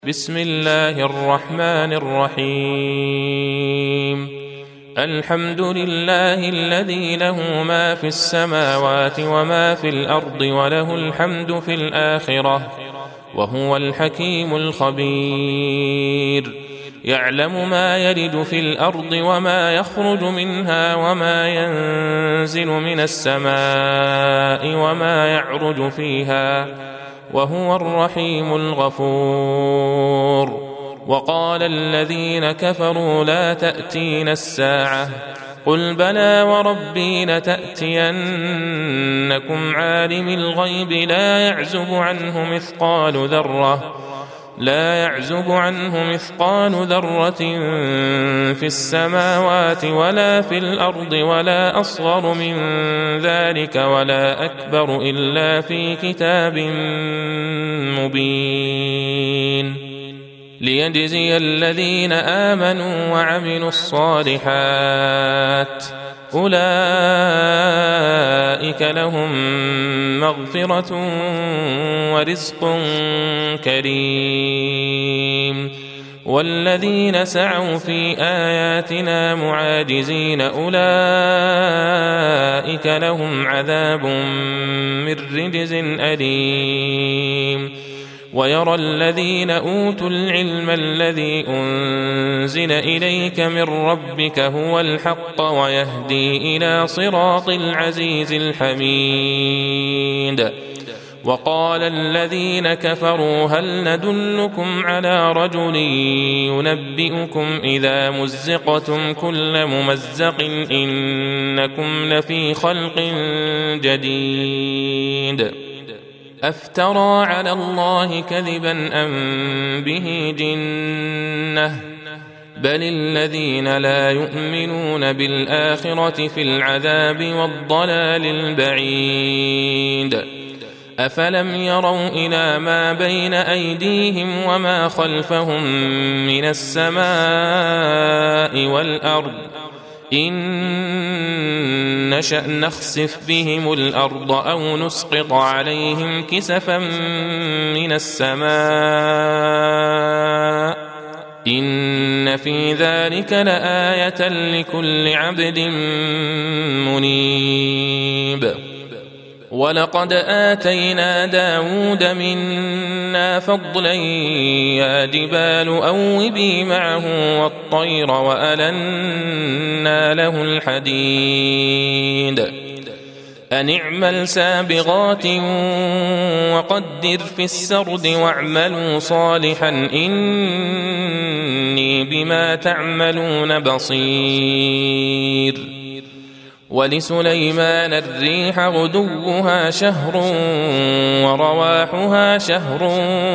بسم الله الرحمن الرحيم. الحمد لله الذي له ما في السماوات وما في الأرض وله الحمد في الآخرة وهو الحكيم الخبير. يعلم ما يلج في الأرض وما يخرج منها وما ينزل من السماء وما يعرج فيها وهو الرحيم الغفور. وقال الذين كفروا لا تأتينا الساعة قل بلى وربي لتأتينكم عالم الغيب لا يعزب عنه مثقال ذرة في السماوات ولا في الأرض ولا أصغر من ذلك ولا أكبر إلا في كتاب مبين ليجزي الذين آمنوا وعملوا الصالحات أولئك لهم مغفرة ورزق كريم. والذين سعوا في آياتنا معاجزين أولئك لهم عذاب من رجز أليم. ويرى الذين أوتوا العلم الذي أنزل إليك من ربك هو الحق ويهدي إلى صراط العزيز الحميد. وقال الذين كفروا هل ندلكم على رجل ينبئكم إذا مزقتم كل ممزق إنكم لفي خلق جديد أفترى على الله كذبا أم به جنة بل الذين لا يؤمنون بالآخرة في العذاب والضلال البعيد. أفلم يروا إلى ما بين أيديهم وما خلفهم من السماء والأرض إن نشأ نخسف بهم الأرض أو نسقط عليهم كسفا من السماء إن في ذلك لآية لكل عبد منيب. ولقد آتينا داود منا فضلا يا جبال أوبي معه والطير وألنا له الحديد أن اعمل سابغات وقدر في السرد واعملوا صالحا إني بما تعملون بصير. ولسليمان الريح غدوها شهر ورواحها شهر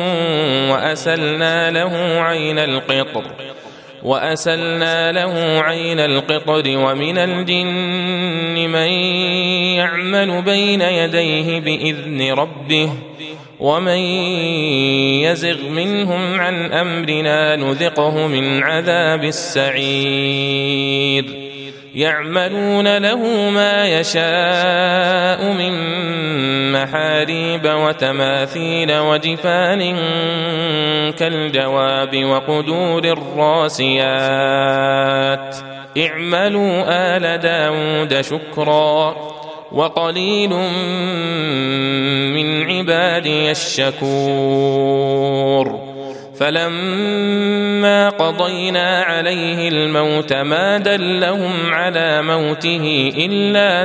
وأسلنا له عين القطر ومن الجن من يعمل بين يديه بإذن ربه ومن يزغ منهم عن أمرنا نذقه من عذاب السعير. يعملون له ما يشاء من محاريب وتماثيل وجفان كالجواب وقدور الراسيات اعملوا آل داود شكرا وقليل من عبادي الشكور. فلما قضينا عليه الموت ما دلهم على موته إلا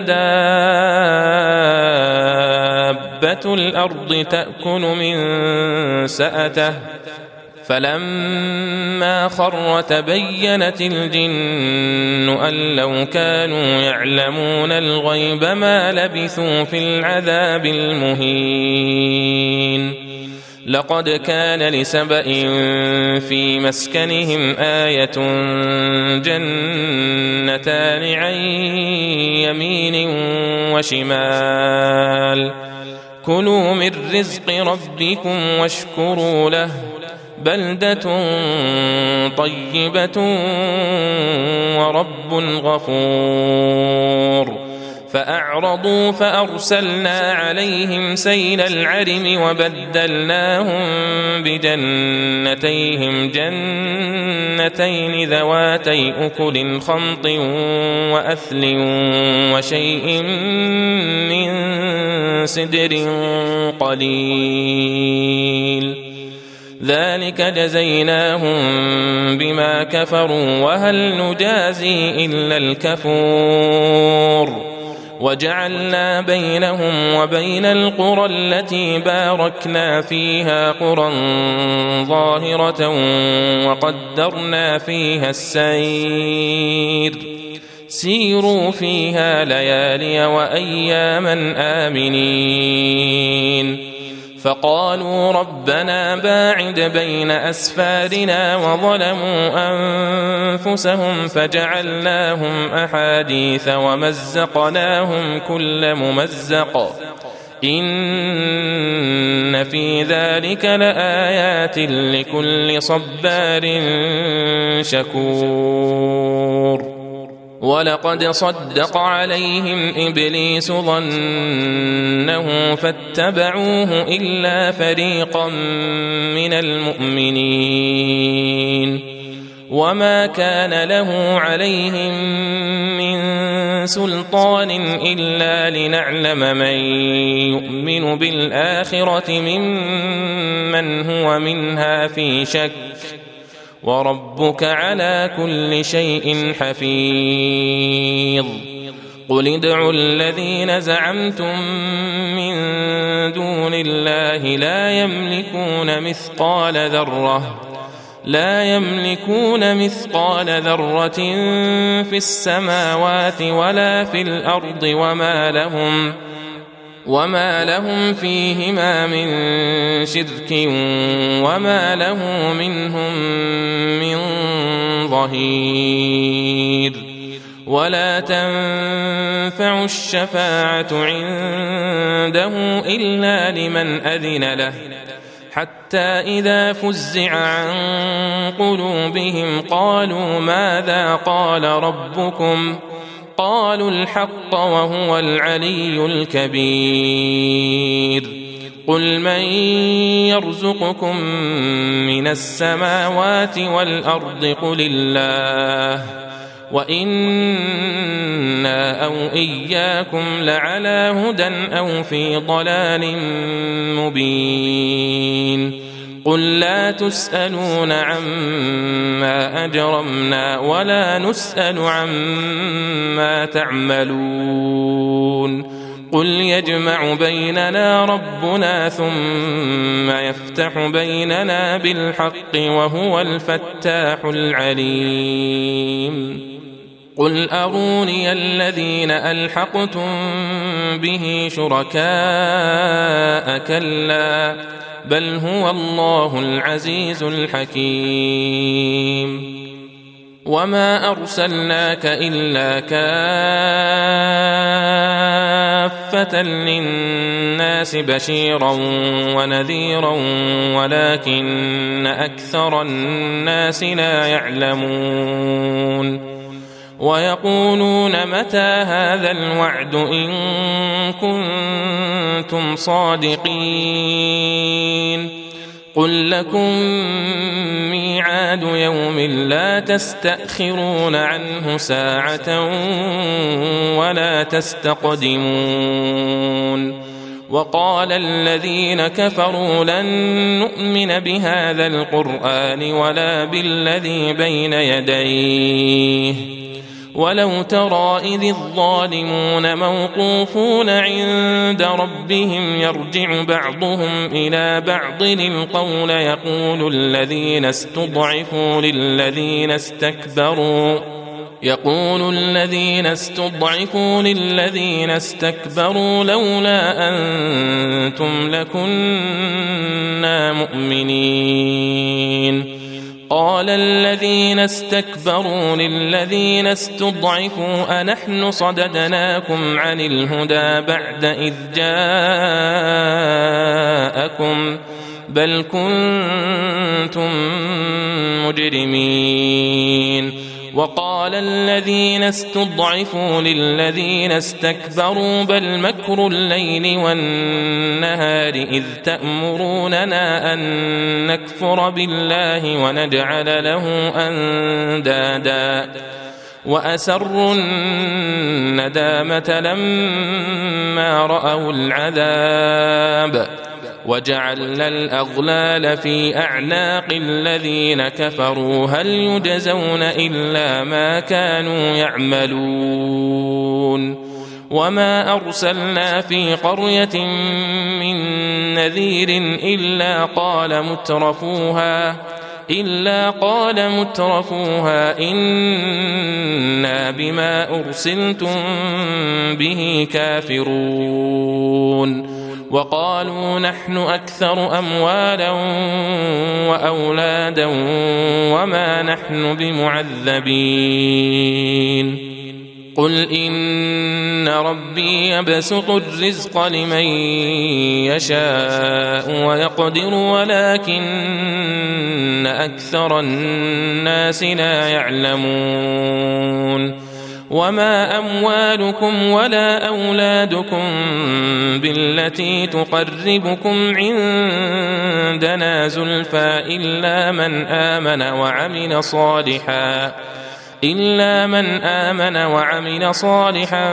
دابة الأرض تأكل من سأته فلما خر تبينت الجن أن لو كانوا يعلمون الغيب ما لبثوا في العذاب المهين. لقد كان لسبإ في مسكنهم آية جنتان عن يمين وشمال كلوا من رزق ربكم واشكروا له بلدة طيبة ورب غفور. فأعرضوا فأرسلنا عليهم سيل العرم وبدلناهم بجنتيهم جنتين ذواتي أكل خمط وأثل وشيء من سدر قليل ذلك جزيناهم بما كفروا وهل نجازي إلا الكفور وجعلنا بينهم وبين القرى التي باركنا فيها قرى ظاهرة وقدرنا فيها السير سيروا فيها ليالي وأياما آمنين فقالوا ربنا باعد بين أسفارنا وظلموا أنفسهم فجعلناهم أحاديث ومزقناهم كل ممزق إن في ذلك لآيات لكل صبار شكور ولقد صدق عليهم إبليس ظنه فاتبعوه إلا فريقا من المؤمنين وما كان له عليهم من سلطان إلا لنعلم من يؤمن بالآخرة ممن هو منها في شك وربك على كل شيء حفيظ قل ادعوا الذين زعمتم من دون الله لا يملكون مثقال ذرة في السماوات ولا في الأرض وما لهم فيهما من شرك وما له منهم من ظهير ولا تنفع الشفاعة عنده إلا لمن أذن له حتى إذا فزع عن قلوبهم قالوا ماذا قال ربكم قالوا الحق وهو العلي الكبير قل من يرزقكم من السماوات والأرض قل الله وإنا أو إياكم لعلى هدى أو في ضلال مبين قل لا تسألون عما أجرمنا ولا نسأل عما تعملون قل يجمع بيننا ربنا ثم يفتح بيننا بالحق وهو الفتاح العليم قل أروني الذين ألحقتم به شركاء كلا بل هو الله العزيز الحكيم وما أرسلناك إلا كافة للناس بشيرا ونذيرا ولكن أكثر الناس لا يعلمون ويقولون متى هذا الوعد إن كنتم صادقين قل لكم ميعاد يوم لا تستأخرون عنه ساعة ولا تستقدمون وقال الذين كفروا لن نؤمن بهذا القرآن ولا بالذي بين يديه ولو ترى إذ الظالمون موقوفون عند ربهم يرجع بعضهم إلى بعض القول يقول الذين استضعفوا للذين استكبروا لولا أنتم لكنا مؤمنين قال الذين استكبروا للذين استضعفوا أنحن صددناكم عن الهدى بعد إذ جاءكم بل كنتم مجرمين وقال الذين استضعفوا للذين استكبروا بل مكر الليل والنهار إذ تأمروننا أن نكفر بالله ونجعل له أندادا وأسروا الندامة لما رأوا العذاب وجعلنا الأغلال في أعناق الذين كفروا هل يجزون إلا ما كانوا يعملون وما أرسلنا في قرية من نذير إلا قال مترفوها إنا بما أرسلتم به كافرون وقالوا نحن أكثر أموالا وأولادا وما نحن بمعذبين قل إن ربي يبسط الرزق لمن يشاء ويقدر ولكن أكثر الناس لا يعلمون وما أموالكم ولا أولادكم بالتي تقربكم عندنا زلفى إلا من آمن وعمل صالحا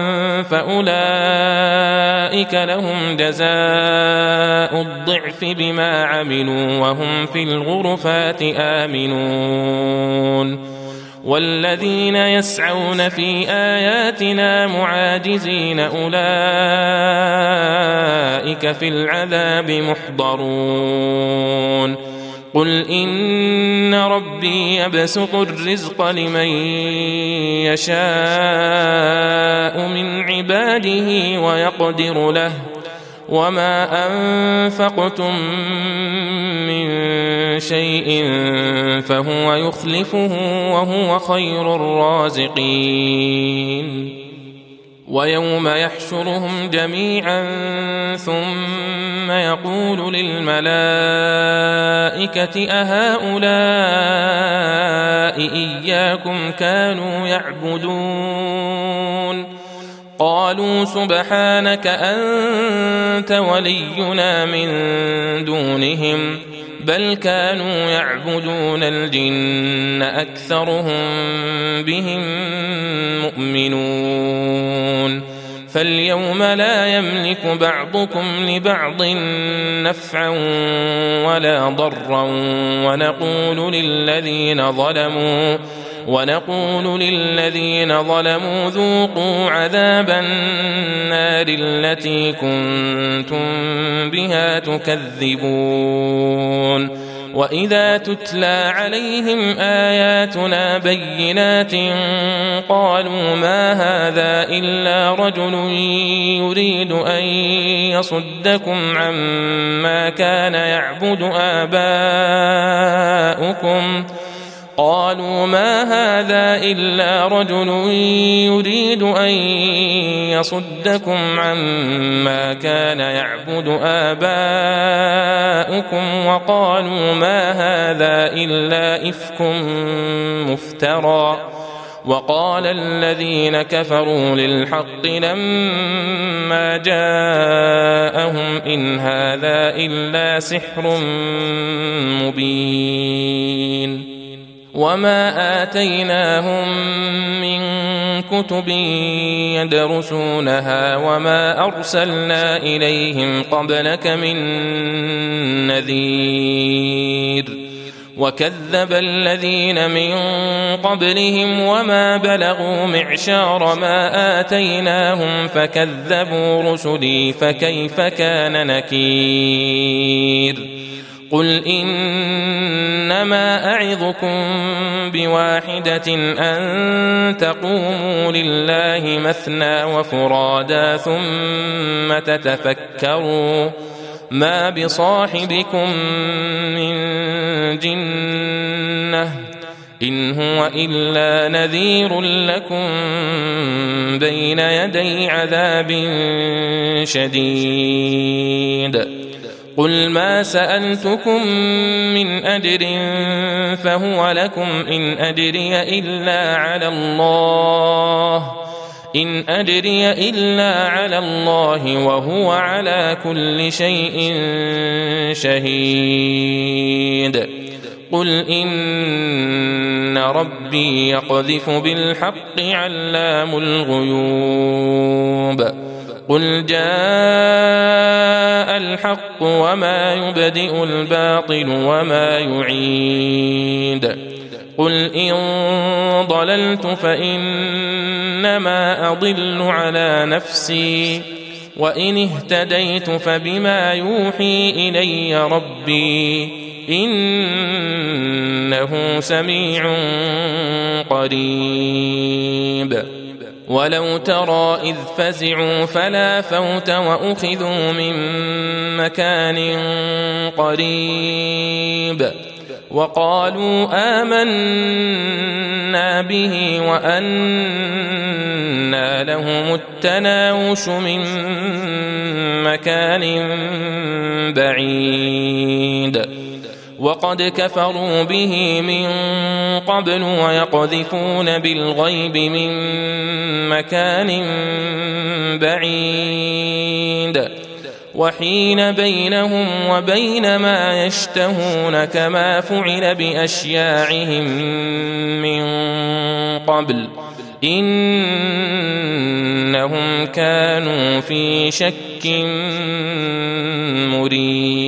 فأولئك لهم جزاء الضعف بما عملوا وهم في الغرفات آمنون والذين يسعون في آياتنا معاجزين أولئك في العذاب محضرون قل إن ربي يبسط الرزق لمن يشاء من عباده ويقدر له وما أنفقتم من شيء فهو يخلفه وهو خير الرازقين ويوم يحشرهم جميعا ثم يقول للملائكة أهؤلاء إياكم كانوا يعبدون قالوا سبحانك أنت ولينا من دونهم بل كانوا يعبدون الجن أكثرهم بهم مؤمنون فاليوم لا يملك بعضكم لبعض نفعا ولا ضرا ونقول للذين ظلموا ذوقوا عذاب النار التي كنتم بها تكذبون وإذا تتلى عليهم آياتنا بينات قالوا ما هذا إلا رجل يريد أن يصدكم عما كان يعبد آباؤكم وقالوا ما هذا إلا إفك مفترى وقال الذين كفروا للحق لما جاءهم إن هذا إلا سحر مبين وما آتيناهم من كتب يدرسونها وما أرسلنا إليهم قبلك من نذير وكذب الذين من قبلهم وما بلغوا معشار ما آتيناهم فكذبوا رسلي فكيف كان نكير قل إنما أعظكم بواحدة أن تقوموا لله مثنى وفرادا ثم تتفكروا ما بصاحبكم من جنة إن هو إلا نذير لكم بين يدي عذاب شديد قل ما سألتكم من أجر فهو لكم إن أجري إلا على الله وهو على كل شيء شهيد قل إن ربي يقذف بالحق علام الغيوب قل جاء الحق وما يبدئ الباطل وما يعيد قل إن ضللت فإنما أضل على نفسي وإن اهتديت فبما يوحي إلي ربي إنه سميع قريب ولو ترى إذ فزعوا فلا فوت وأخذوا من مكان قريب وقالوا آمنا به وأنى لهم التناوش من مكان بعيد وقد كفروا به من قبل ويقذفون بالغيب من مكان بعيد وحيل بينهم وبين ما يشتهون كما فعل بأشياعهم من قبل إنهم كانوا في شك مريب